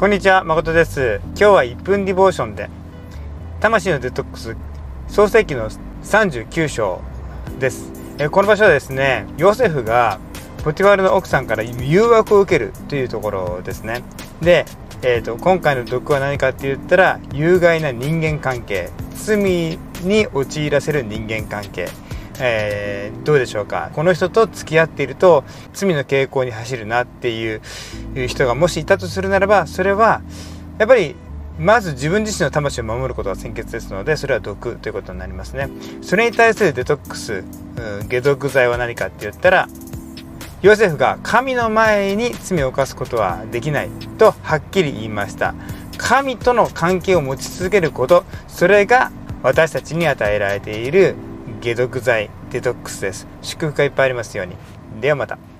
こんにちは、誠です。今日は1分ディボーションで魂のデトックス創世記の39章です。この場所はですね、ヨセフがポティファルの奥さんから誘惑を受けるというところですね。で、今回の毒は何かって言ったら、有害な人間関係、罪に陥らせる人間関係、どうでしょうか。この人と付き合っていると罪の傾向に走るなっていう人がもしいたとするならば、それはやっぱりまず自分自身の魂を守ることが先決ですので、それは毒ということになりますね。それに対するデトックス、解毒剤は何かって言ったら、ヨセフが神の前に罪を犯すことはできないとはっきり言いました。神との関係を持ち続けること、それが私たちに与えられている解毒剤、デトックスです。祝福がいっぱいありますように。ではまた。